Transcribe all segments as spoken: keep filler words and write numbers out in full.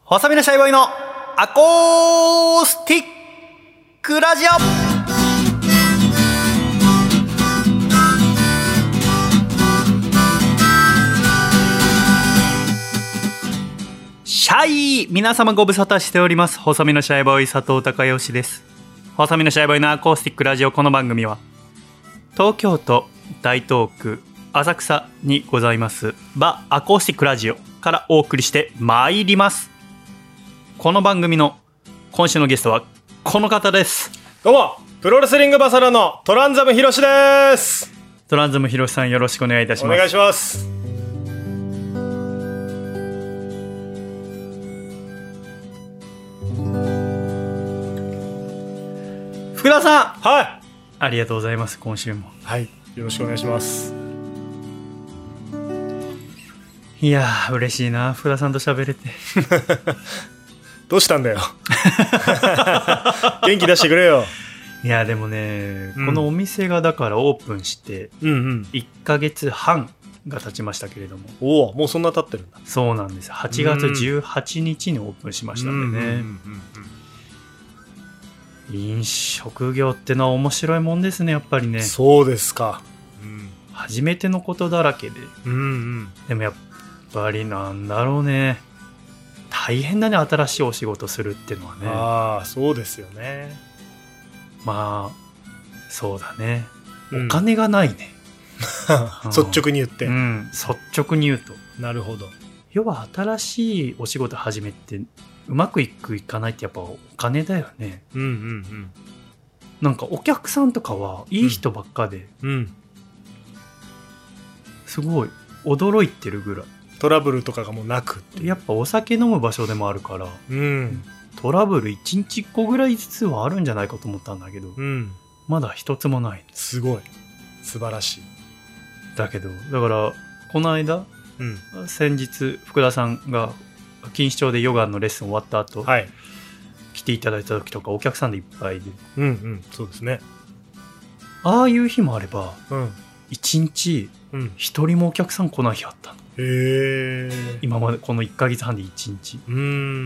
細身のシャイボーイのアコースティックラジオ。シャイ、皆様ご無沙汰しております。細身のシャイボーイ佐藤孝義です。細身のシャイボーイのアコースティックラジオ。この番組は東京都台東区浅草にございますバアコースティックラジオからお送りしてまいります。この番組の今週のゲストはこの方です。 どうもプロレスリングバサラのトランザムヒロシです。 トランザムヒロシさん、よろしくお願いいたします。 お願いします。 福田さん、 はい、 ありがとうございます。今週もはい、よろしくお願いします。 いやー、嬉しいな、福田さんと喋れてどうしたんだよ元気出してくれよ。 いやでもね、 うん、 このお店がだからオープンしていっかげつはんが経ちましたけれども、 うんうん、おお、もうそんな経ってるんだ。 そうなんです。はちがつじゅうはちにちにオープンしましたんでね。飲食業ってのは面白いもんですね、やっぱりね。 そうですか、うん、 初めてのことだらけで、 うんうん、でもやっぱりなんだろうね、大変だね、新しいお仕事するっていうのはね。 ああ、そうですよね。 まあそうだね、 うん、 お金がないね率直に言って、 うん、率直に言うと。 なるほど。 要は新しいお仕事始めてうまくいくいかないってやっぱお金だよね。 うんうんうん。 なんかお客さんとかはいい人ばっかで、 うんうん、 すごい驚いてるぐらいトラブルとかがもうなく、 やっぱお酒飲む場所でもあるから、 うん、 トラブルいちにちいっこぐらいずつはあるんじゃないかと思ったんだけど、 うん、 まだ一つもない。 すごい素晴らしい。 だけどだからこの間、うん、先日福田さんが錦糸町でヨガのレッスン終わった後、はい、来ていただいた時とかお客さんでいっぱいで、 うんうん、そうですね。 ああいう日もあれば、 うん、 いちにち一人もお客さん来ない日あったの。 へー。今までこのいっかげつはんでいちにち。 うん、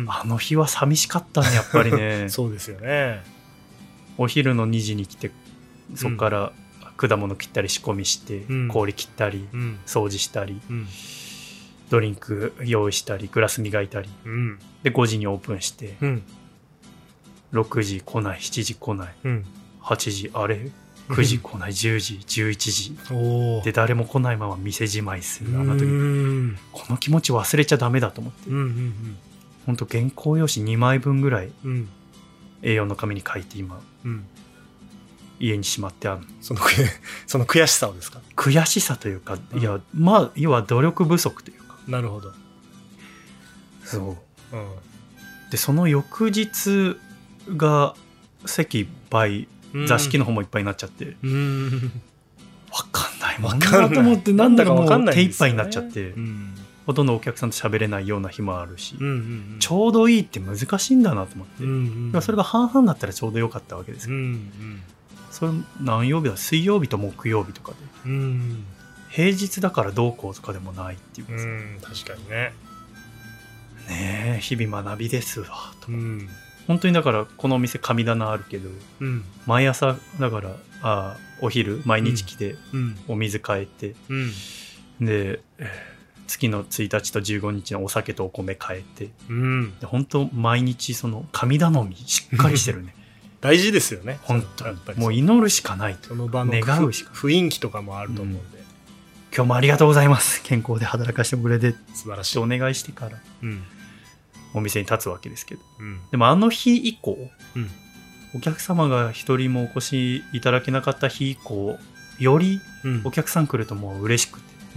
あの日は寂しかったね、やっぱりねそうですよね。 お昼のにじに来て、そこから果物切ったり仕込みして、うん、氷切ったり、うん、掃除したり、うん、ドリンク用意したり、グラス磨いたり、うん、でごじにオープンして、うん、ろくじ来ない、しちじ来ない、うん、はちじあれくじ来ない、じゅうじじゅういちじで誰も来ないまま店じまいする。あの時この気持ち忘れちゃダメだと思って、うんうんうん、ほんと原稿用紙にまいぶんぐらい エーよん の紙に書いて今、うん、家にしまってある。 そのその悔しさをですか？ 悔しさというか、うん、いやまあ要は努力不足というか。 なるほど。 そう、うん、でその翌日が席いっぱい、座敷の方もいっぱいになっちゃって、うん、分かんないもんだと思って、なんだかもう手いっぱいになっちゃって、うん、ほとんどお客さんと喋れないような日もあるし、うんうんうん、ちょうどいいって難しいんだなと思って、うんうん、それが半々だったらちょうどよかったわけですよ、うんうん、それ何曜日だ、水曜日と木曜日とかで、うん、平日だからどうこうとかでもないっていうかさ、うん、 確かにね。 ねえ、日々学びですわと、うん、本当にだからこのお店神棚あるけど、うん、毎朝だからあお昼毎日来てお水変えて、うんうん、で月のついたちとじゅうごにちのお酒とお米変えて、うん、で本当毎日その神頼みしっかりしてるね大事ですよね、 本当に。もう祈るしかないと、 その場の願うしか雰囲気とかもあると思うんで、うん、 今日もありがとうございます、健康で働かせてくれて素晴らしいお願いしてから、うんお店に立つわけですけど、うん、でもあの日以降、うん、お客様が一人もお越しいただけなかった日以降よりお客さん来るともう嬉しくて、うん、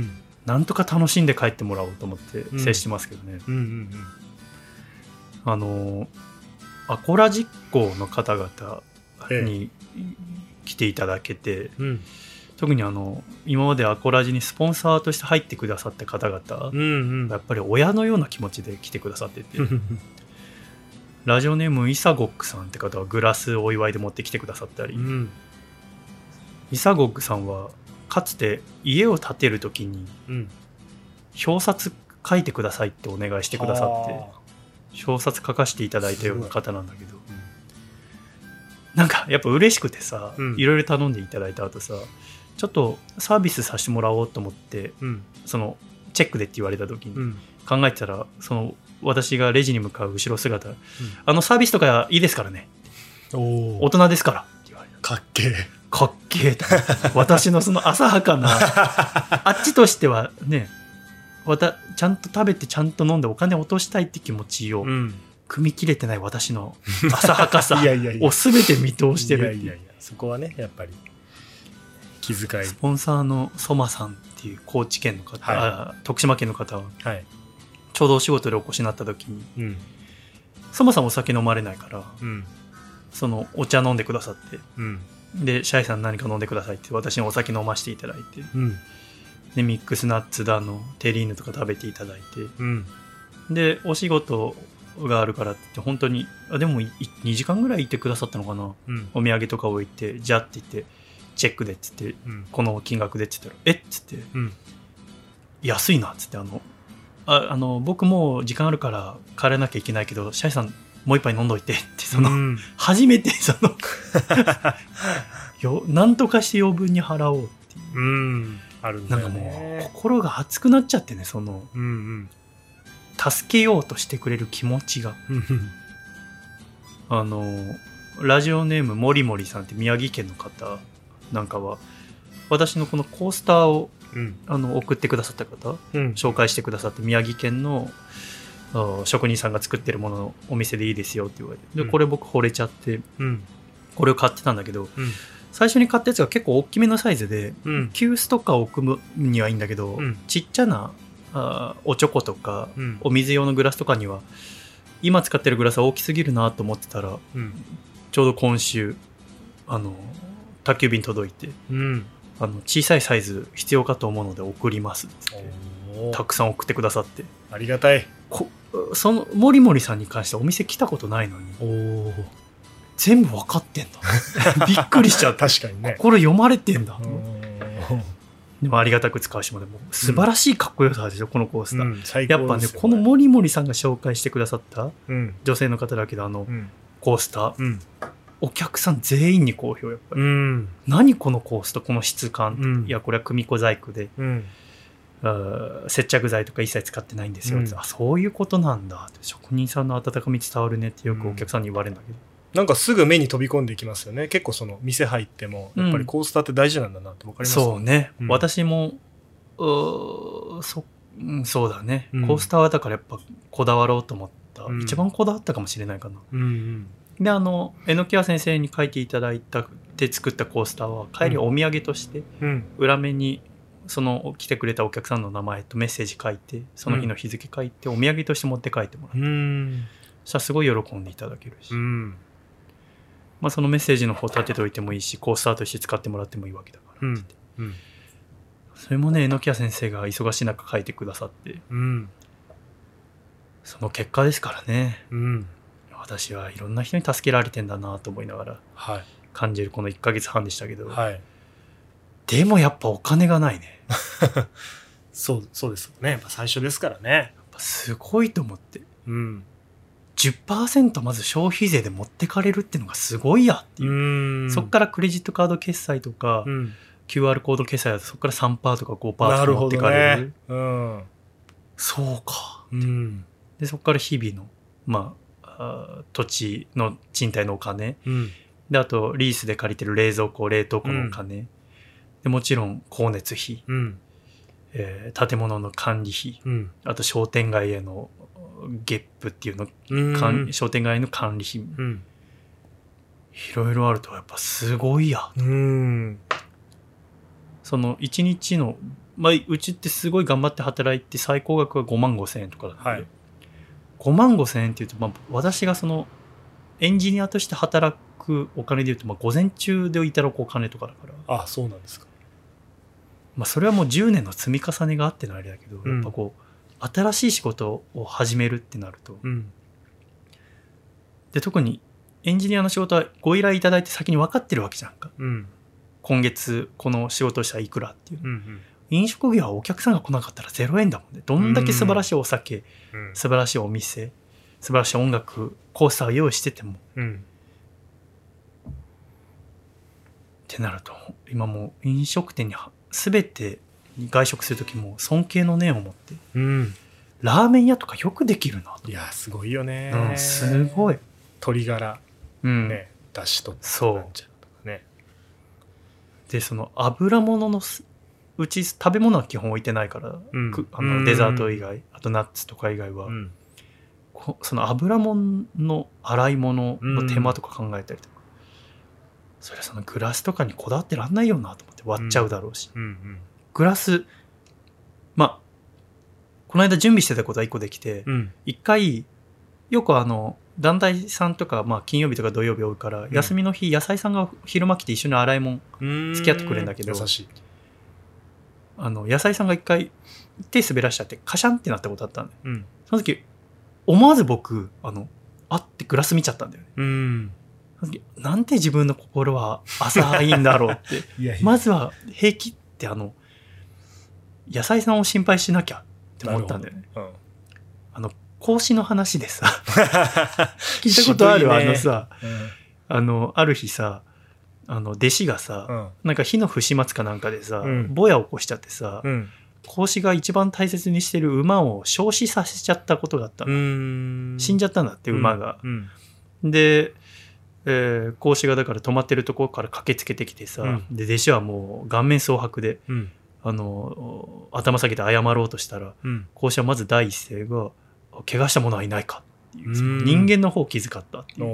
なんとか楽しんで帰ってもらおうと思って接してますけどね、うんうんうんうん、あのアコラ実行の方々に来ていただけて、ええ、うん特にあの今までアコラジにスポンサーとして入ってくださった方々、うんうん、やっぱり親のような気持ちで来てくださっててラジオネームイサゴックさんって方はグラスをお祝いで持ってきてくださったり、うん、イサゴックさんはかつて家を建てる時に、うん、表札書いてくださいってお願いしてくださって、 小冊書かせていただいたような方なんだけど、うん、なんかやっぱ嬉しくてさ、うん、いろいろ頼んでいただいた後さ、ちょっとサービスさせてもらおうと思って、うん、そのチェックでって言われた時に考えてたら、その私がレジに向かう後ろ姿、うん、あのサービスとかいいですからね、お大人ですからって言われた。 かっけえかっけえと私のその浅はかなあっちとしてはね、わたちゃんと食べてちゃんと飲んでお金落としたいって気持ちを、うん、汲み切れてない私の浅はかさを全て見通してるっていう。いやいやいや、 そこはねやっぱり気遣い。 スポンサーのソマさんっていう高知県の方、はい、あ徳島県の方は、はい、ちょうどお仕事でお越しになった時に、うん、ソマさんお酒飲まれないから、うん、そのお茶飲んでくださって、うん、でシャイさん何か飲んでくださいって私にお酒飲ませていただいて、うん、でミックスナッツだのテリーヌとか食べていただいて、うん、でお仕事があるからって本当にあでもにじかんぐらいいてくださったのかな、うん、お土産とか置いてじゃって言ってチェックでっつって、うん、この金額でっつったらえっつって、うん、安いなっつって、あのああの僕もう時間あるから帰らなきゃいけないけどシャイさんもう一杯飲んどいてってその、うん、初めてそのよなんとかして余分に払おうっていう、うん、あるんだよね。なんかもう心が熱くなっちゃってね、その、うんうん、助けようとしてくれる気持ちがあのラジオネームもりもりさんって宮城県の方なんかは私のこのコースターを、うん、あの送ってくださった方、うん、紹介してくださって、宮城県の職人さんが作ってるもののお店でいいですよって言われて、でこれ僕惚れちゃって、うん、これを買ってたんだけど、うん、最初に買ったやつが結構大きめのサイズで、うん、急須とか置くにはいいんだけど、うん、ちっちゃなあおちょことか、うん、お水用のグラスとかには今使ってるグラスは大きすぎるなと思ってたら、うん、ちょうど今週あの宅急便届いて、うん、あの小さいサイズ必要かと思うので送りますってたくさん送ってくださって、 ありがたい。 こそのもりもりさんに関してお店来たことないのにお全部分かってんだびっくりしちゃう確かにね、 心読まれてんだでもありがたく使うしもでも素晴らしいかっこよさでしょ、うん、このコースター、うん、やっぱねこのもりもりさんが紹介してくださった女性の方だけどあの、うん、コースター、うん、お客さん全員に好評やっぱり、うん、何このコースターこの質感、うん、いやこれは組子細工で、うん接着剤とか一切使ってないんですよ、うん、あそういうことなんだって職人さんの温かみ伝わるねってよくお客さんに言われるんだけど、うん、 なんかすぐ目に飛び込んでいきますよね。結構その店入ってもやっぱりコースターって大事なんだなって分かります、ね、 そうね、うん、私もうそ、うん、そうだね、うん、コースターはだからやっぱこだわろうと思った、うん、一番こだわったかもしれないかな、うんうん、であの榎谷先生に書いていただいたで作ったコースターは帰りお土産として裏面にその来てくれたお客さんの名前とメッセージ書いてその日の日付書いて、うん、お土産として持って帰ってもらって、うん、そしたらすごい喜んでいただけるし、うんまあ、そのメッセージの方立てておいてもいいしコースターとして使ってもらってもいいわけだからって、うんうん、それもね榎谷先生が忙しい中書いてくださって、うん、その結果ですからね、うん、私はいろんな人に助けられてんだなと思いながら感じるこのいっかげつはんでしたけど、はいでもやっぱお金がないねそうそうですよね、やっぱ最初ですからね、やっぱすごいと思って、うん、じゅっパーセント まず消費税で持ってかれるっていうのがすごいやっていう、うんそっからクレジットカード決済とか、うん、キューアール コード決済だとそっから さんパーセント とか ごパーセント とか持ってかれる、ねうん、そうか、うん、でそっから日々の、まあ、あ土地の賃貸のお金、うん、であとリースで借りてる冷蔵庫冷凍庫のお金、うんでもちろん光熱費、うんえー、建物の管理費、うん、あと商店街へのゲップっていうの、うん、商店街の管理費、うん、いろいろあるとやっぱすごいや、うん、そのいちにちの、まあ、うちってすごい頑張って働いて最高額はごまんごせんえんとかだった、はい、ごまんごせんえんっていうと、まあ、私がそのエンジニアとして働くお金でいうと、まあ、午前中でいただくお金とかだから。 あ、そうなんですか。 まあ、それはもうじゅうねんの積み重ねがあってのあれだけど、うん、やっぱこう新しい仕事を始めるってなると、うん、で特にエンジニアの仕事はご依頼いただいて先に分かってるわけじゃんか、うん、今月この仕事したらいくらっていう、うんうん、飲食業はお客さんが来なかったらゼロえんだもんね。どんだけ素晴らしいお酒、うん、素晴らしいお店素素晴らしい音楽コースターを用意してても、うん、ってなると今もう飲食店に全て外食する時も尊敬の念を持って、うん、ラーメン屋とかよくできるなと。 いやすごいよね、 うん、すごい鶏ガラ、うんね、だしとそうね。でその油物のうち食べ物は基本置いてないから、うん、あのデザート以外、うん、あとナッツとか以外は、うん、その油物の洗い物の手間とか考えたりとか、うん、それはそのグラスとかにこだわってらんないよなと思って割っちゃうだろうし、うんうんうん、グラスまあこの間準備してたことはいっこできて、うん、いっかいよくあの団体さんとか、まあ、金曜日とか土曜日多いから、うん、休みの日野菜さんが昼間来て一緒に洗い物付き合ってくれるんだけど、 優しい。 あの野菜さんが一回手滑らしちゃってカシャンってなったことあったんで、うん、その時思わず僕あのあってグラス見ちゃったんだよね。うん、その時なんて自分の心は浅いんだろうっていやいやまずは平気ってあの野菜さんを心配しなきゃって思ったんだよね。うん、あの孔子の話でさ聞いたことある、ね、あのさ、うん、あのある日さあの弟子がさ、うん、なんか火の不始末かなんかでさ、うん、ぼやを起こしちゃってさ、うん、孔子が一番大切にしてる馬を焼死させちゃったことがあったの。うーん死んじゃったんだって馬が、うんうん、で、えー、孔子がだから止まってるところから駆けつけてきてさ、うん、で弟子はもう顔面蒼白で、うん、あの頭下げて謝ろうとしたら、うん、孔子はまず第一声が怪我した者はいないかっていう、その人間の方を気遣ったっていう、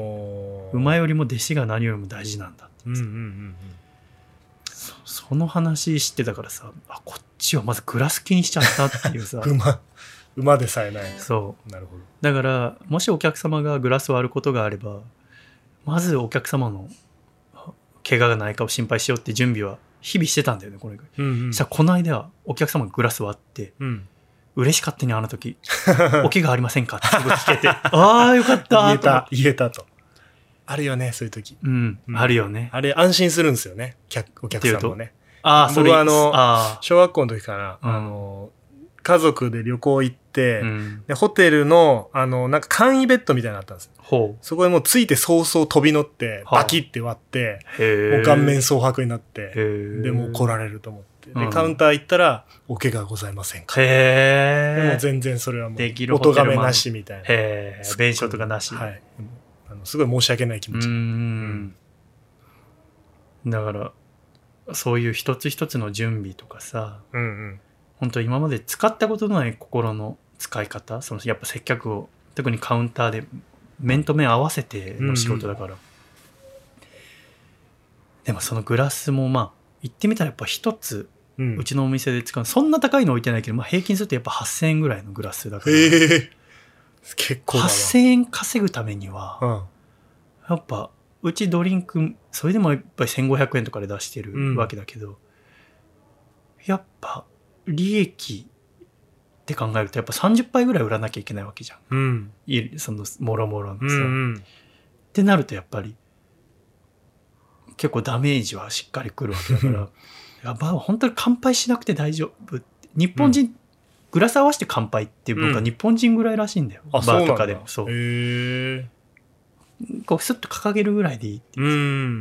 馬よりも弟子が何よりも大事なんだっていう、うんうんうんうん、そ, その話知ってたからさ、あこっちはまずグラス気にしちゃったっていうさ馬, 馬でさえない。 そうなるほど。 だからもしお客様がグラスを割ることがあればまずお客様の怪我がないかを心配しようって準備は日々してたんだよねこれ、うんうん、そしたらこの間お客様がグラス割って、うん嬉しかったねあの時お怪我ありませんかってすごい聞けてああよかった言えた言えたと。あるよねそういう時、 うんうん、あるよね。 あれ安心するんですよねお客さんもね。 あ僕はあのあ小学校の時から、うん、あの家族で旅行行って、うん、でホテルのあのなんか簡易ベッドみたいなのあったんですよ。ほうそこでもうついて早々飛び乗ってバキって割って、もう顔面蒼白になってでもう来られると思ってで、うん、カウンター行ったらお怪我ございませんか。へでも全然それはもうお咎めなしみたいな。 へ弁償とかなし。 はい。あのすごい申し訳ない気持ち。うん、 うん、だからそういう一つ一つの準備とかさ、うんうん、本当今まで使ったことのない心の使い方、そのやっぱ接客を特にカウンターで面と面合わせての仕事だから、うんうん、でもそのグラスもまあ言ってみたらやっぱ一つ、うん、うちのお店で使うそんな高いの置いてないけど、まあ、平均するとやっぱはっせんえんぐらいのグラスだから、えー、 結構だわ。 はっせんえん稼ぐためには、うん、やっぱうちドリンクそれでもやっぱりせんごひゃくえんとかで出してるわけだけど、うん、やっぱ利益って考えるとやっぱさんじゅっぱいぐらい売らなきゃいけないわけじゃん、うん、そのもろもろのさ、うんうん、ってなるとやっぱり結構ダメージはしっかりくるわけだからやば本当に乾杯しなくて大丈夫って。日本人、うん、グラス合わせて乾杯っていう文化、うん、日本人ぐらいらしいんだよ。バーとかでもそう。へー。こうスッと掲げるぐらいでいいっていう。うん。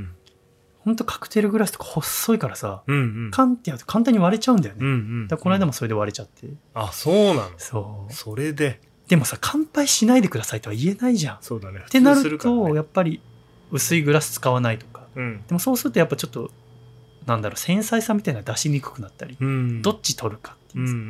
本当カクテルグラスとか細いからさ、うんうん、カンってやると簡単に割れちゃうんだよね。うんうん、だからこの間もそれで割れちゃって。 あ、そうなの。 そう。 それで。 でもさ乾杯しないでくださいとは言えないじゃん。 そうだね。 ってなると、ね、やっぱり薄いグラス使わないとか。うん、でもそうするとやっぱちょっとなんだろう繊細さみたいなの出しにくくなったり、うん、どっち取るかっていう、うんうんうん、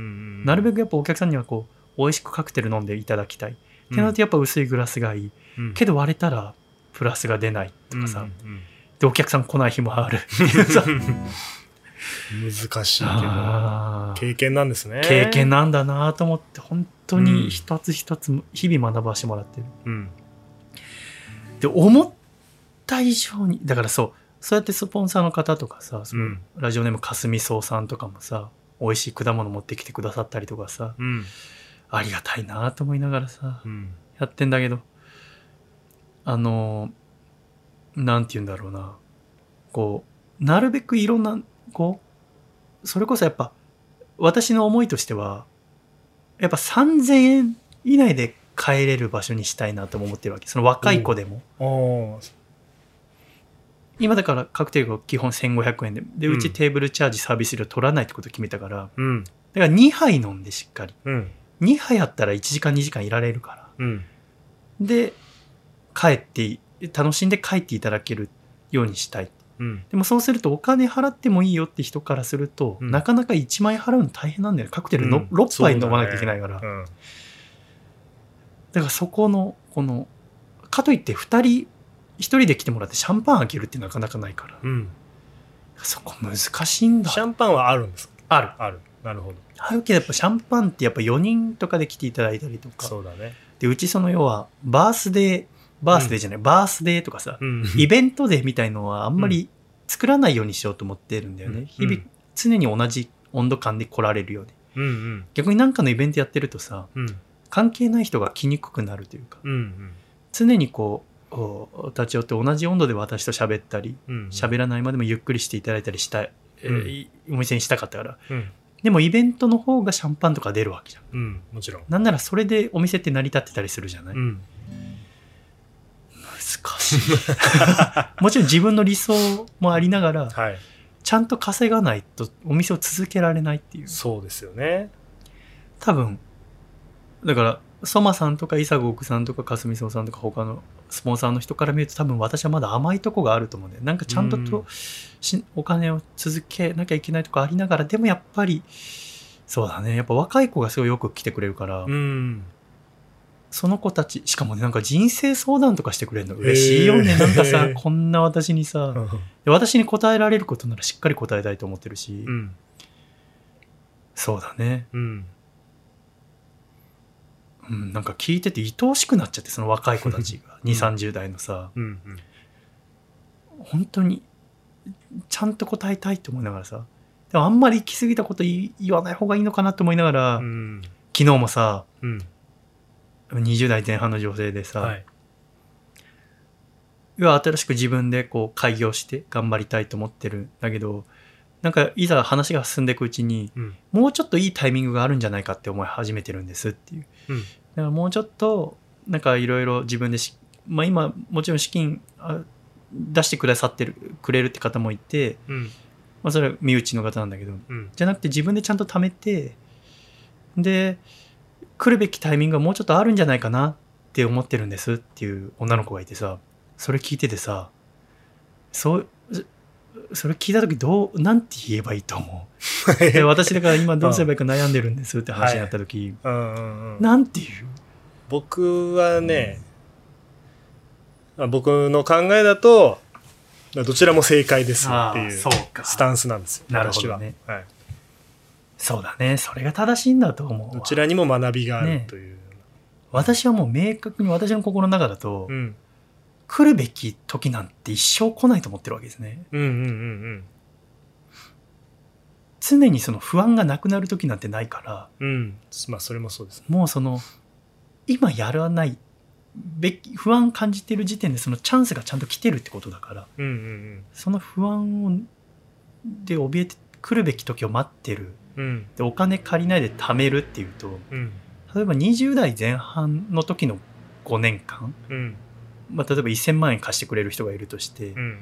なるべくやっぱお客さんにはこう美味しくカクテル飲んでいただきたい、うん、ってなるとやっぱ薄いグラスがいい、うん、けど割れたらプラスが出ないとかさ、うんうんうん、でお客さん来ない日もあるっていうさ難しいけど経験なんですね。 経験なんだなと思って本当に一つ一つ日々学ばしてもらってる、うん、で思った以上にだからそうそうやってスポンサーの方とかさそのラジオネームかすみそうさんとかもさ美味しい果物持ってきてくださったりとかさ、うん、ありがたいなと思いながらさ、うん、やってんだけどあのなんて言うんだろうなこうなるべくいろんなこうそれこそやっぱ私の思いとしてはやっぱさんぜんえん以内で帰れる場所にしたいなとも思ってるわけ。その若い子でも、 お今だからカクテルが基本せんごひゃくえんで、でうちテーブルチャージサービス料取らないってことを決めたから、 うん、 だからにはい飲んでしっかり、 うん、 にはいあったらいちじかんにじかんいられるから、 うん、 で帰って楽しんで帰っていただけるようにしたい、 うん、 でもそうするとお金払ってもいいよって人からすると、うん、なかなかいちまんえん払うの大変なんだよ。カクテルの、うん、ろっぱい飲まなきゃいけないから、だ,、ねうん、だからそこのこのかといってふたりひとりで来てもらってシャンパン開けるってなかなかないから、 うん、 そこ難しいんだ。 シャンパンはあるんですか？ あるある。なるほど。 あるけどやっぱシャンパンってやっぱよにんとかで来ていただいたりとか、 そうだね。 でうちその要はバースデーバースデーじゃない、うん、バースデーとかさ、うん、イベントデーみたいのはあんまり作らないようにしようと思ってるんだよね、うん、日々常に同じ温度感で来られるように、 うんうん、 逆に何かのイベントやってるとさ、 うん、 関係ない人が来にくくなるというか、 うんうん、 常にこう立ち寄って同じ温度で私と喋ったり喋、うんうん、らないまでもゆっくりしていただいたりしたい、うんえー、お店にしたかったから、 うん、 でもイベントの方がシャンパンとか出るわけじゃん、 うん、もちろん。 なんならそれでお店って成り立ってたりするじゃない、 うん、 難しいもちろん自分の理想もありながら、 はい、 ちゃんと稼がないとお店を続けられないっていう。 そうですよね。 多分だからソマさんとかイサゴークさんとかカスミソウさんとか他のスポンサーの人から見ると多分私はまだ甘いとこがあると思うんで、なんかちゃんととしお金を続けなきゃいけないとこありながら、でもやっぱりそうだね、やっぱ若い子がすごいよく来てくれるから、 うんその子たちしかもね、なんか人生相談とかしてくれるの嬉しいよね。なんかさこんな私にさで私に答えられることならしっかり答えたいと思ってるし、 うん、 そうだね、 うんうん、なんか聞いてて愛おしくなっちゃって、その若い子たちがにじゅう、さんじゅう代のさ、 うんうん、 本当にちゃんと答えたいと思いながらさ、でもあんまり行き過ぎたこと言わない方がいいのかなと思いながら、 うん、 昨日もさ、 うん、 にじゅう代前半の女性でさ、 はい、 要は新しく自分でこう開業して頑張りたいと思ってるんだけど、なんかいざ話が進んでいくうちに、 うん、 もうちょっといいタイミングがあるんじゃないかって思い始めてるんですっていう、 うん、 だからもうちょっとなんかいろいろ自分でし、まあ、今もちろん資金出してくださってるくれるって方もいて、 うん、 まあ、それは身内の方なんだけど、 うん、 じゃなくて自分でちゃんと貯めて、で来るべきタイミングがもうちょっとあるんじゃないかなって思ってるんですっていう女の子がいてさ、それ聞いててさ、そうそれ聞いた時どうなんて言えばいいと思うで私だから今どうすればいいか悩んでるんですって話になった時、 はい、うんうんうん、 なんていう？ 僕はね、僕の考えだとどちらも正解ですっていうスタンスなんですよ。 なるほどね、はい、そうだね、それが正しいんだと思う。 どちらにも学びがあるという、ね、 私はもう明確に私の心の中だと、 うん、 来るべき時なんて一生来ないと思ってるわけですね、 うんうんうんうん、 常にその不安がなくなる時なんてないから、 うん、まあそれもそうですね。 もうその今やらないべき不安感じてる時点でそのチャンスがちゃんと来てるってことだから、 うんうんうん、 その不安をで怯えて来るべき時を待ってる、 うん、 でお金借りないで貯めるっていうと、 うん、 例えばにじゅう代前半の時のごねんかん、 うん、 まあ、例えばせんまんえん貸してくれる人がいるとして、 うんうん、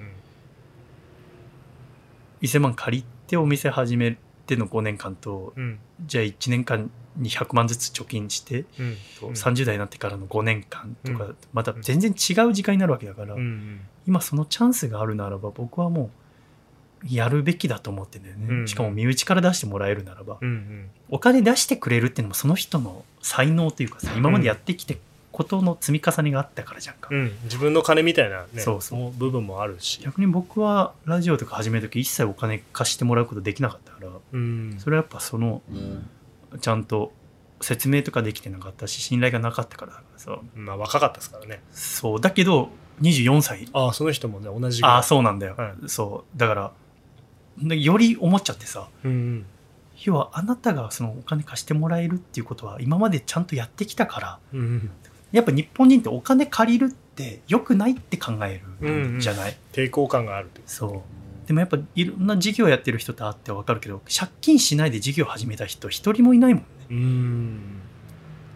せんまん借りてお店始めてのごねんかんと、 うん、 じゃあいちねんかんにひゃくまんずつ貯金して、 うん、 さんじゅう代になってからのごねんかんとか、 うん、 また全然違う時間になるわけだから、 うんうん、 今そのチャンスがあるならば僕はもうやるべきだと思ってんだよね、うんうん、しかも身内から出してもらえるならば、 うんうん、お金出してくれるっていうのもその人の才能というかさ、今までやってきてことの積み重ねがあったからじゃんか、 うん、自分の金みたいな、ね、 そうそう部分もあるし、 逆に僕はラジオとか始める時一切お金貸してもらうことできなかったから、 うん、 それはやっぱその、うん、ちゃんと説明とかできてなかったし信頼がなかったからだからさ、 まあ若かったですからね。 そうだけどにじゅうよんさい、 ああその人もね同じ。 ああそうなんだよ、 はい、 そうだからより思っちゃってさ、 うんうん、 要はあなたがそのお金貸してもらえるっていうことは今までちゃんとやってきたから、 うんうん、 やっぱ日本人ってお金借りるって良くないって考えるじゃない、うんうん、 抵抗感があるという。 そうでもやっぱいろんな事業やってる人ってあって分かるけど、借金しないで事業始めた人一人もいないもんね。 うん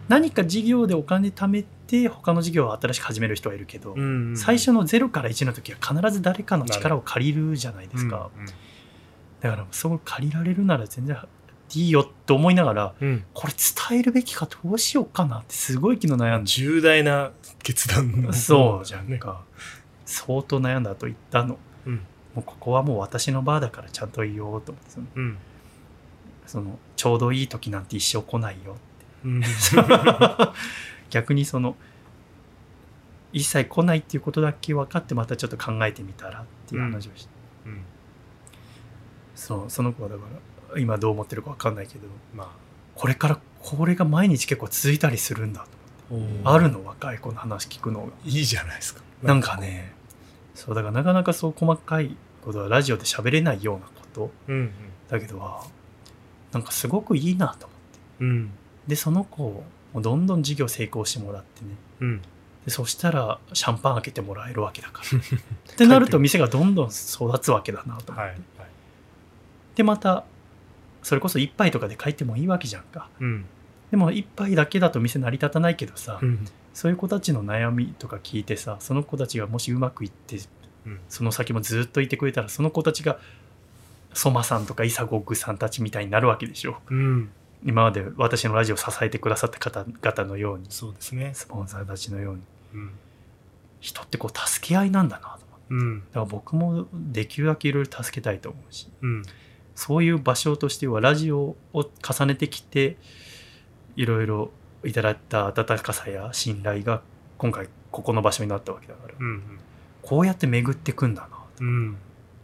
何か事業でお金貯めて他の事業を新しく始める人はいるけど、うんうん、最初のゼロからいちの時は必ず誰かの力を借りるじゃないですか、うんうん、だからそう借りられるなら全然いいよと思いながら、うん、これ伝えるべきかどうしようかなってすごい昨日悩んで、 重大な決断のそうじゃんか、相当悩んだと言ったの、うん、もうここはもう私のバーだからちゃんと言おうと思って、うん、そのちょうどいい時なんて一生来ないよって、うん、逆にその一切来ないっていうことだけ分かってまたちょっと考えてみたらっていう話をして、うんうん、そうその子はだから今どう思ってるか分かんないけど、まあ、これからこれが毎日結構続いたりするんだと思って、あるの若い子の話聞くのがいいじゃないですか。 なんかね、そうだからなかなかそう細かいことはラジオで喋れないようなこと、うんうん、だけどはなんかすごくいいなと思って、うん、でその子をどんどん授業成功してもらってね、うん、でそしたらシャンパン開けてもらえるわけだからってなると店がどんどん育つわけだなと思って、はいはい、でまたそれこそ一杯とかで帰ってもいいわけじゃんか、うん、でも一杯だけだと店成り立たないけどさ、うん、そういう子たちの悩みとか聞いてさ、その子たちがもしうまくいって、うん、その先もずっといてくれたらその子たちがソマさんとかイサゴッグさんたちみたいになるわけでしょ、うん、今まで私のラジオを支えてくださった方々のように、 そうですね、 スポンサーたちのように、うん、人ってこう助け合いなんだなと思って、うん、だから僕もできるだけいろいろ助けたいと思うし、うん、そういう場所としてはラジオを重ねてきていろいろいただいた温かさや信頼が今回ここの場所になったわけだから、うんうん、こうやって巡ってくんだなと、うん、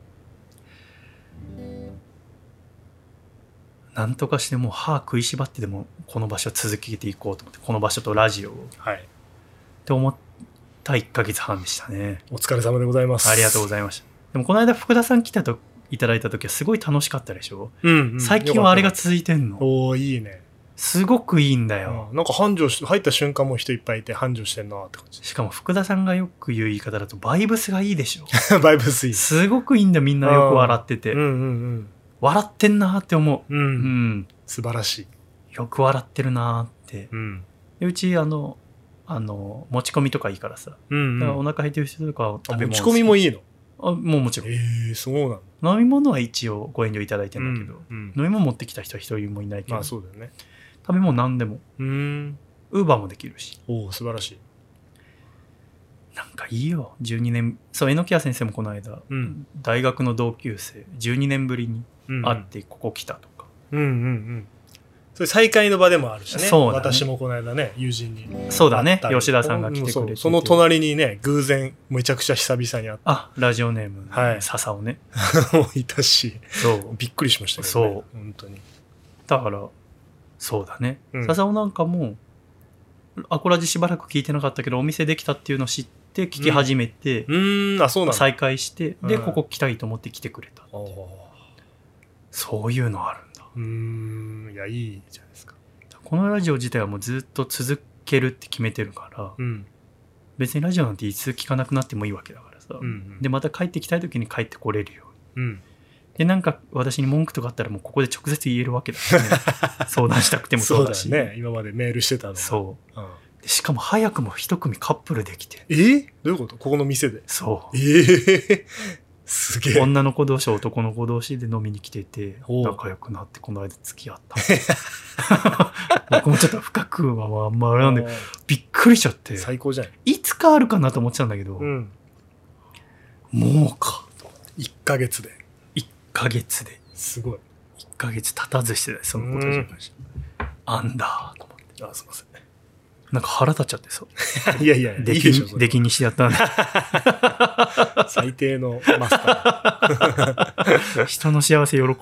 なんとかしてもう歯食いしばってでもこの場所を続けていこうと思って、この場所とラジオを、はい、って思ったいっかげつはんでしたね。 お疲れ様でございます。 ありがとうございました。でもこの間福田さん来たといただいた時はすごい楽しかったでしょ、うんうん、最近はあれが続いてんの。 おーいいね、 すごくいいんだよ、 うん、なんか繁盛し入った瞬間も人いっぱいいて繁盛してんなって感じ。 しかも福田さんがよく言う言い方だとバイブスがいいでしょバイブスいい、 すごくいいんだ、みんなよく笑ってて、うんうんうん、笑ってんなって思う、うんうん、 素晴らしい、 よく笑ってるなって、うん、でうちあのあの持ち込みとかいいからさ、うんうん、だからお腹減ってる人とか食べ物持ち込みもいいの。 あもうもちろん、 えー、そうなの。飲み物は一応ご遠慮いただいてるんだけど、うんうん、飲み物持ってきた人は一人もいないけど、 まあそうだよね、 食べ物何でも、うーん、ウーバーもできるし。 おお素晴らしい。 なんかいいよ、じゅうにねん、そう榎谷先生もこの間、うん、大学の同級生じゅうにねんぶりに会ってここ来たとか、うんうんうん、 それ再会の場でもあるしね。そうだね、私もこの間ね友人にそうだね吉田さんが来てくれて、 そ, その隣にね偶然めちゃくちゃ久々に会って、 あラジオネーム、はい、笹尾ねいたし、 そうびっくりしましたけどね、そう本当に。 だからそうだね、うん、笹尾なんかもアコラジしばらく聞いてなかったけどお店できたっていうのを知って聞き始めて、うん、うんあそうなんだ、再会してで、うん、ここ来たいと思って来てくれたって、そういうのあるんだ。 うーんいやいいじゃないですか。 このラジオ自体はもうずっと続けるって決めてるから、うん、別にラジオなんていつ聞かなくなってもいいわけだからさ、うんうん、でまた帰ってきたい時に帰ってこれるように、うん、でなんか私に文句とかあったらもうここで直接言えるわけだからね相談したくてもそうだし、 そうだね、今までメールしてたのそう、うん、でしかも早くも一組カップルできて、 えー、どういうこと？ここの店で？ そう、 えーすげえ。 女の子同士男の子同士で飲みに来てて仲良くなってこの間付き合った僕もちょっと深くはあんまあれなんでびっくりしちゃって、 最高じゃん。 いつかあるかなと思ってたんだけど、うん、もうかいっかげつでいっかげつですごいいっかげつ経たずしてたそのことじゃないし、あんだと思って、 あすいませんなんか腹立っちゃってさいやいや出禁出禁にしてやったんだ最低のマスター人の幸せ喜べない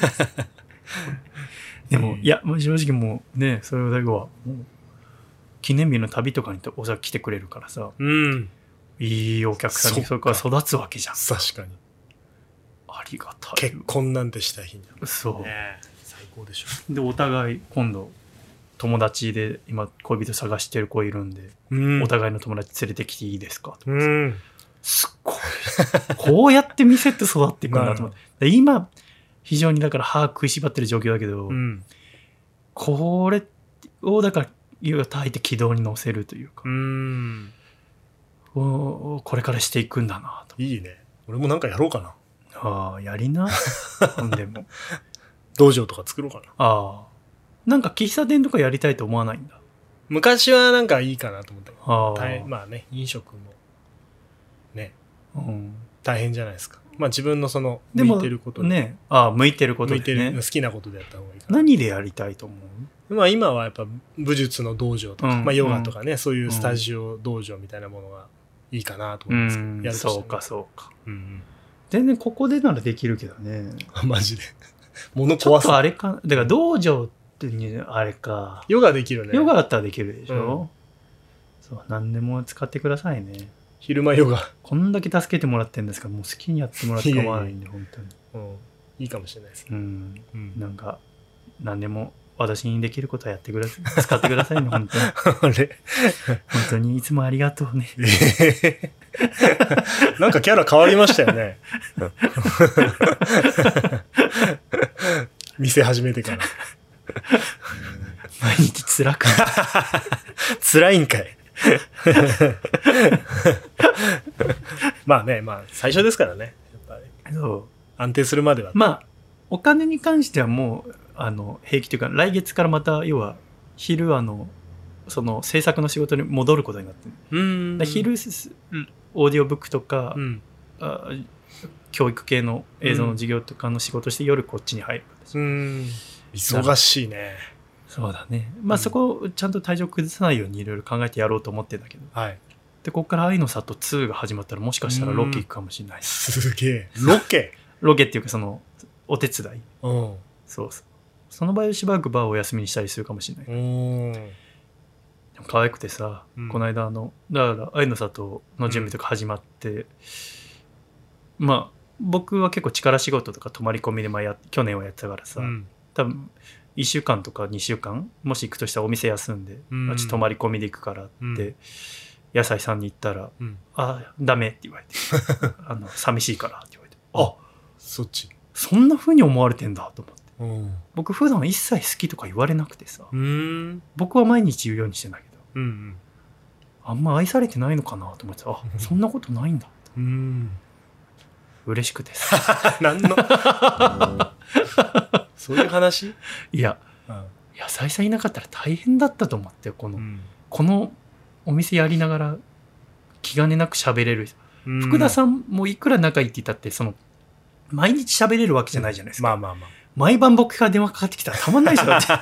でも、えー、いや正直もうねそれだけはもう記念日の旅とかにお酒来てくれるからさ、うん、いいお客さんにそれから育つわけじゃん。 確かにありがたい。 結婚なんてした日にそう、 ね、最高でしょ。 でお互い今度友達で今恋人探してる子いるんで、うん、お互いの友達連れてきていいですかとか、うん、すっごいこうやって店って育っていくんだと思って今非常にだから歯食いしばってる状況だけど、うん、これをだからいろいろ炊いて軌道に乗せるというか、 うーん、 おこれからしていくんだなと。 いいね。俺もなんかやろうかな。 ああ、やりな。でも道場とか作ろうかな。 ああ、なんか喫茶店とかやりたいと思わないんだ。 昔はなんかいいかなと思ったけど、 あ大まあね、飲食もね、 うん、 大変じゃないですか。まあ自分のその向いてることでもね、ああ、向いてることで、ね、 向いてる好きなことでやった方がいいかな。 何でやりたいと思う？ まあ今はやっぱ武術の道場とか、 うん、 まあヨガとかね、うん、そういうスタジオ道場みたいなものがいいかなと思うんですけど、うん、やるとしたら、ね、 そうかそうか、 うん、 全然ここでならできるけどね。 マジで物壊す。 ちょっとあれか、だから道場ってあれか、 ヨガできるね。 ヨガだったらできるでしょ、うん、そう、何でも使ってくださいね。 昼間ヨガこんだけ助けてもらってるんですから、もう好きにやってもらって構わないんで、本当に、 うん、いいかもしれないですね、 うんうん、なんか何でも私にできることはやってください、使ってくださいね、本当にあれ本当にいつもありがとうね、えー、なんかキャラ変わりましたよね店始めてから毎日辛く辛いんかいまあね、まあ最初ですからね、やっぱりそう安定するまでは。 まあお金に関してはもうあの平気というか、来月からまた要は昼あのその制作の仕事に戻ることになってる。うんだ昼オーディオブックとか、うん、あ教育系の映像の授業とかの仕事して、夜こっちに入る形。 うん忙しいね。 そうだね。まあ、うん、そこをちゃんと体調崩さないようにいろいろ考えてやろうと思ってんだけど、 はい、でここから愛の里ツーが始まったら、もしかしたらロケ行くかもしれない。 すげえロケロケっていうかそのお手伝い、 うん、 そうそう、その場合しばらくバーをお休みにしたりするかもしれない。うんでも可愛くてさ、うん、この間あのだから愛の里の準備とか始まって、うん、まあ僕は結構力仕事とか泊まり込みで前や去年はやってたからさ、うん、多分いっしゅうかんとかにしゅうかんもし行くとしたらお店休んで、うん、あっち泊まり込みで行くからって、うん、野菜さんに言ったら、うん、あダメって言われてあの寂しいからって言われて、 あそっちそんな風に思われてんだと思って、うん、僕普段一切好きとか言われなくてさ、うん、僕は毎日言うようにしてんだけど、うんうん、あんま愛されてないのかなと思って、あそんなことないんだって、うん嬉しくてさ何のそういう話いや、うん、野菜さんいなかったら大変だったと思ってこの、うん、このお店やりながら気兼ねなく喋れる、うん、福田さんもいくら仲いいって言ったってその毎日喋れるわけじゃないじゃないですか、うん、まあまあまあ毎晩僕から電話かかってきたらたまんないですよって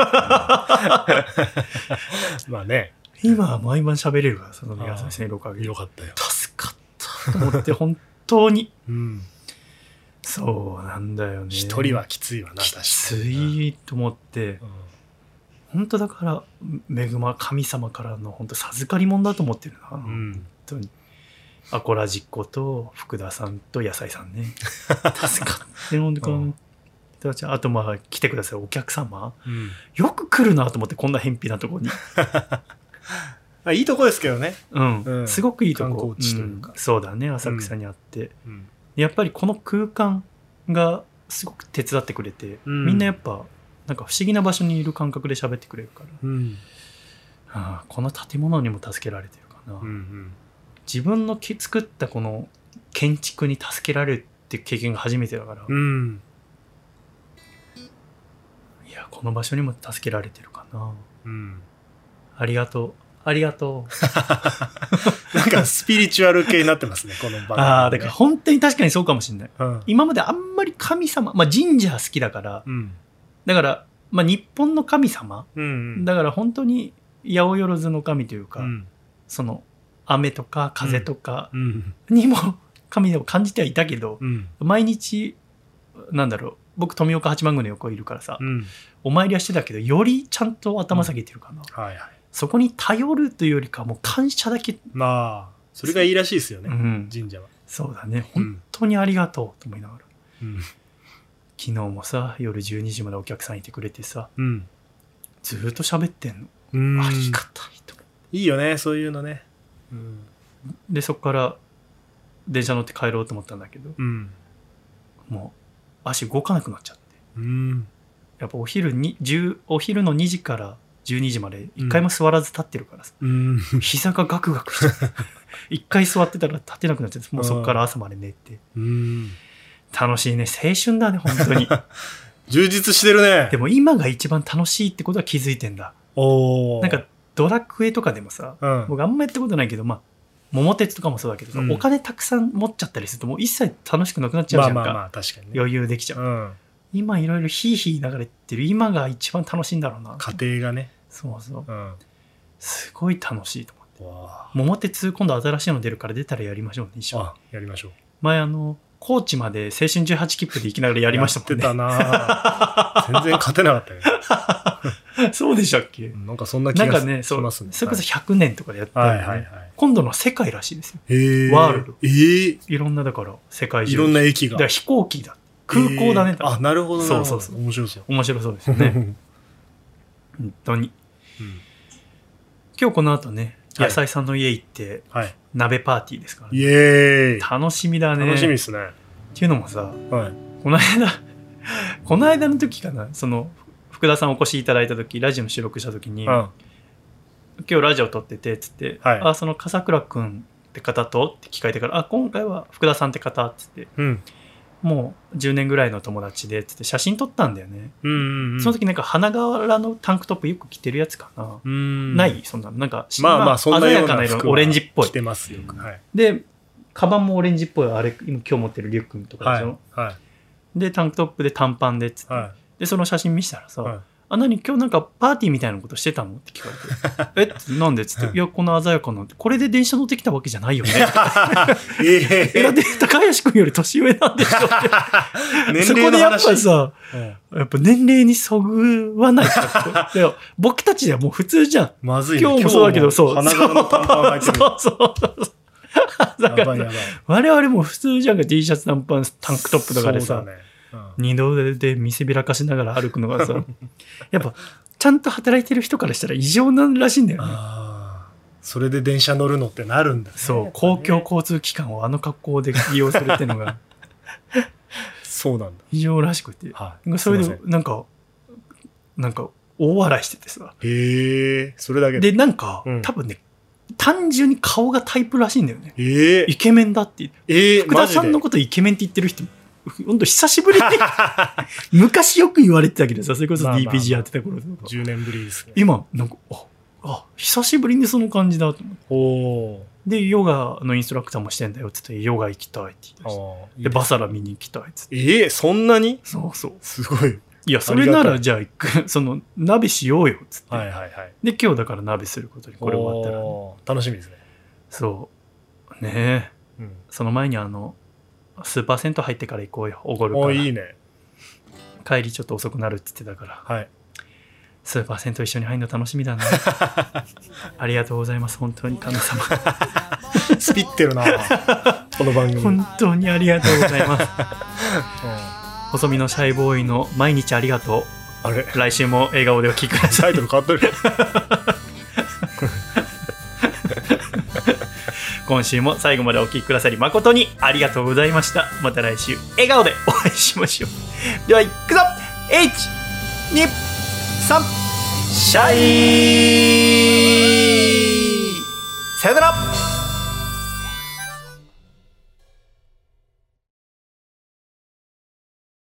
まあね今は毎晩喋れるからその野菜さんのおかげでよかったよ助かったと思って本当に、うん、そうなんだよね。 一人はきついわな。 きついと思って、うん、本当だから恵ま神様からの本当授かり物だと思ってるな、うん、本当にアコラジッコと福田さんと野菜さんね助かって本当に、うん、あとまあ来てくださいお客様、うん、よく来るなと思って、こんな偏僻なところにいいとこですけどね、 うんうん、すごくいいとこ、 観光地というか、 うん、そうだね、浅草にあって、うん、やっぱりこの空間がすごく手伝ってくれて、うん、みんなやっぱなんか不思議な場所にいる感覚で喋ってくれるから、うんはあ、この建物にも助けられてるかな、うんうん、自分の作ったこの建築に助けられるっていう経験が初めてだから、うん、いやこの場所にも助けられてるかな、うん、ありがとうありがとうなんかスピリチュアル系になってますねこの番組、ね、 ああだから本当に確かにそうかもしれない、うん、今まであんまり神様、まあ、神社好きだから、うん、だから、まあ、日本の神様、うんうん、だから本当に八百万の神というか、うん、その雨とか風とかにも神を感じてはいたけど、うん、毎日なんだろう僕富岡八幡宮の横いるからさ、うん、お参りはしてたけどよりちゃんと頭下げてるかな、うんはいはい、そこに頼るというよりかもう感謝だけ、 まあそれがいいらしいですよね、うん、神社は。 そうだね本当にありがとうと思いながら、うん、昨日もさ夜じゅうにじまでお客さんいてくれてさ、うん、ずっと喋ってんの、うん、ありがたいと。 いいよねそういうのね、うん、 でそこから電車乗って帰ろうと思ったんだけど、うん、もう足動かなくなっちゃって、うん、やっぱお昼にお昼のにじからじゅうにじまで一回も座らず立ってるからさ、 うん、 膝がガクガクしちゃって一回座ってたら立てなくなっちゃって、もうそこから朝まで寝て、 うん、 楽しいね、青春だね本当に充実してるね。 でも今が一番楽しいってことは気づいてんだ。 おなんかドラクエとかでもさ、うん、僕あんまやったことないけど、まあ桃鉄とかもそうだけど、うん、お金たくさん持っちゃったりするともう一切楽しくなくなっちゃうじゃんか。 まあまあまあ確かにね、 余裕できちゃう、うん、今いろいろヒーヒー流れてる今が一番楽しいんだろうな。 家庭がね、 そうそう、 うん、 すごい楽しいと思って。桃鉄今度新しいの出るから出たらやりましょうね一緒に。 あ、やりましょう。 前あの高知まで青春じゅうはち切符で行きながらやりましたもんね。 やってたな全然勝てなかったよそうでしたっけ。 なんかそんな気がしますね。 そう、それこそひゃくねんとかでやったよね、はいはいはい、今度の世界らしいですよ。 へー、 ワールド、 えー、 いろんなだから世界中いろんな駅がだから飛行機だ、空港だね、 えー、あ、なるほどなるほど。 そうそうそう、 面白そう、 面白そうですよね本当に、うん、今日この後ね、野菜さんの家行って、はい、鍋パーティーですから、ね、 イエーイ、 楽しみだね。 楽しみですね。 っていうのもさ、はい、この間この間の時かな、その福田さんお越しいただいた時、ラジオの収録した時に、うん、今日ラジオ撮っててっつって、はい、あ、その笠倉くんって方とって聞かれてから、あ、今回は福田さんって方っつって、うん、もうじゅうねんぐらいの友達でっつって写真撮ったんだよね、うんうんうん、その時なんか花柄のタンクトップよく着てるやつかな、うん、ないそんなの、なんか、 まあまあそんなような鮮やかな色、オレンジっぽい着てますよ、はい、 でカバンもオレンジっぽい、あれ今日持ってるリュックとかでしょ、はいはい、でタンクトップで短パンでっつって、はい、でその写真見せたらさ、はい、あ、何今日なんかパーティーみたいなことしてたのって聞かれてえなんでっつって、いやこの鮮やかなこれで電車乗ってきたわけじゃないよねえー、で高林くんより年上なんでしょってそこでやっぱさ、うん、やっぱ年齢にそぐわないかって僕たちではもう普通じゃん。 まずい、ね、 今日もそうだけど、そう花柄の短パン履いてる。 そうそうそうだからやばいやばい、我々も普通じゃんか、 T シャツ短パンタンクトップとかでさ、ね、うん、二度で見せびらかしながら歩くのがさやっぱちゃんと働いてる人からしたら異常なんらしいんだよね。 あ、それで電車乗るのってなるんだね。 そう、公共交通機関をあの格好で利用するっていうのがそうなんだ、 異常らしくて、はい、それでなんかなんか大笑いしててさ、 へえ、それだけでなんか、うん、多分ね単純に顔がタイプらしいんだよね、 えー、 イケメンだって、 えー、 福田さんのことイケメンって言ってる人ほんと久しぶりに昔よく言われてたけどさ、それこそ ディーピージー やってた頃とか、まあまあ、 じゅうねんぶりですね。 今なんか あ, あ久しぶりにその感じだと思って、 おでヨガのインストラクターもしてんだよっつって、ヨガ行きたいって言って、でバサラ見に行きたいっつって、 えー、そんなに、 そうそう、 すごい、 いやそれならじゃあ行くその鍋しようよっつって、 はいはいはい、 で今日だから鍋することにこれ終わったら、ね、 楽しみですね。 そうねえ、うん、その前にあのスーパー銭湯入ってから行こうよ、おごるから。 お、いいね。 帰りちょっと遅くなるって言ってたから、 はい、 スーパー銭湯一緒に入るの楽しみだなありがとうございます、本当に神様スピってるなこの番組、 本当にありがとうございます、うん、細身のシャイボーイの毎日ありがとう、 あれ来週も笑顔でお聞きください。 タイトル変わってる今週も最後までお聞きくださり誠にありがとうございました。また来週笑顔でお会いしましょう。ではいくぞ、いち、に、さん、シャイ、さよなら。